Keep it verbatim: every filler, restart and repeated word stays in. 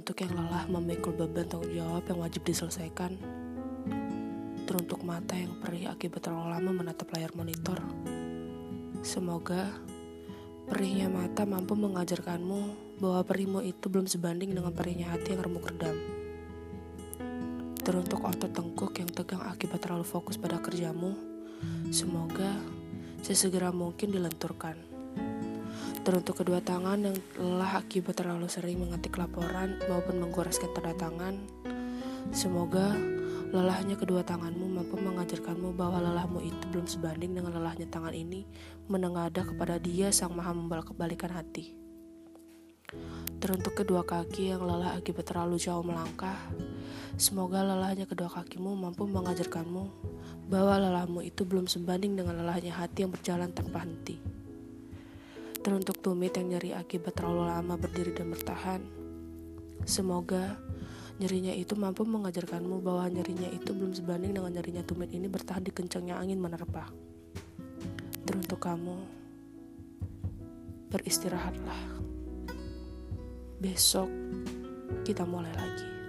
Teruntuk yang lelah memikul beban tanggung jawab yang wajib diselesaikan. Teruntuk mata yang perih akibat terlalu lama menatap layar monitor. Semoga perihnya mata mampu mengajarkanmu bahwa perihmu itu belum sebanding dengan perihnya hati yang remuk redam. Teruntuk otot tengkuk yang tegang akibat terlalu fokus pada kerjamu, semoga sesegera mungkin dilenturkan. Teruntuk kedua tangan yang lelah akibat terlalu sering mengetik laporan maupun menggoreskan tanda tangan, semoga lelahnya kedua tanganmu mampu mengajarkanmu bahwa lelahmu itu belum sebanding dengan lelahnya tangan ini menengadah kepada Dia Sang Maha Membolak-balikan hati. Teruntuk kedua kaki yang lelah akibat terlalu jauh melangkah, semoga lelahnya kedua kakimu mampu mengajarkanmu bahwa lelahmu itu belum sebanding dengan lelahnya hati yang berjalan tanpa henti. Teruntuk tumit yang nyeri akibat terlalu lama berdiri dan bertahan, semoga nyerinya itu mampu mengajarkanmu bahwa nyerinya itu belum sebanding dengan nyerinya tumit ini bertahan di kencangnya angin menerpa. Teruntuk kamu, beristirahatlah. Besok kita mulai lagi.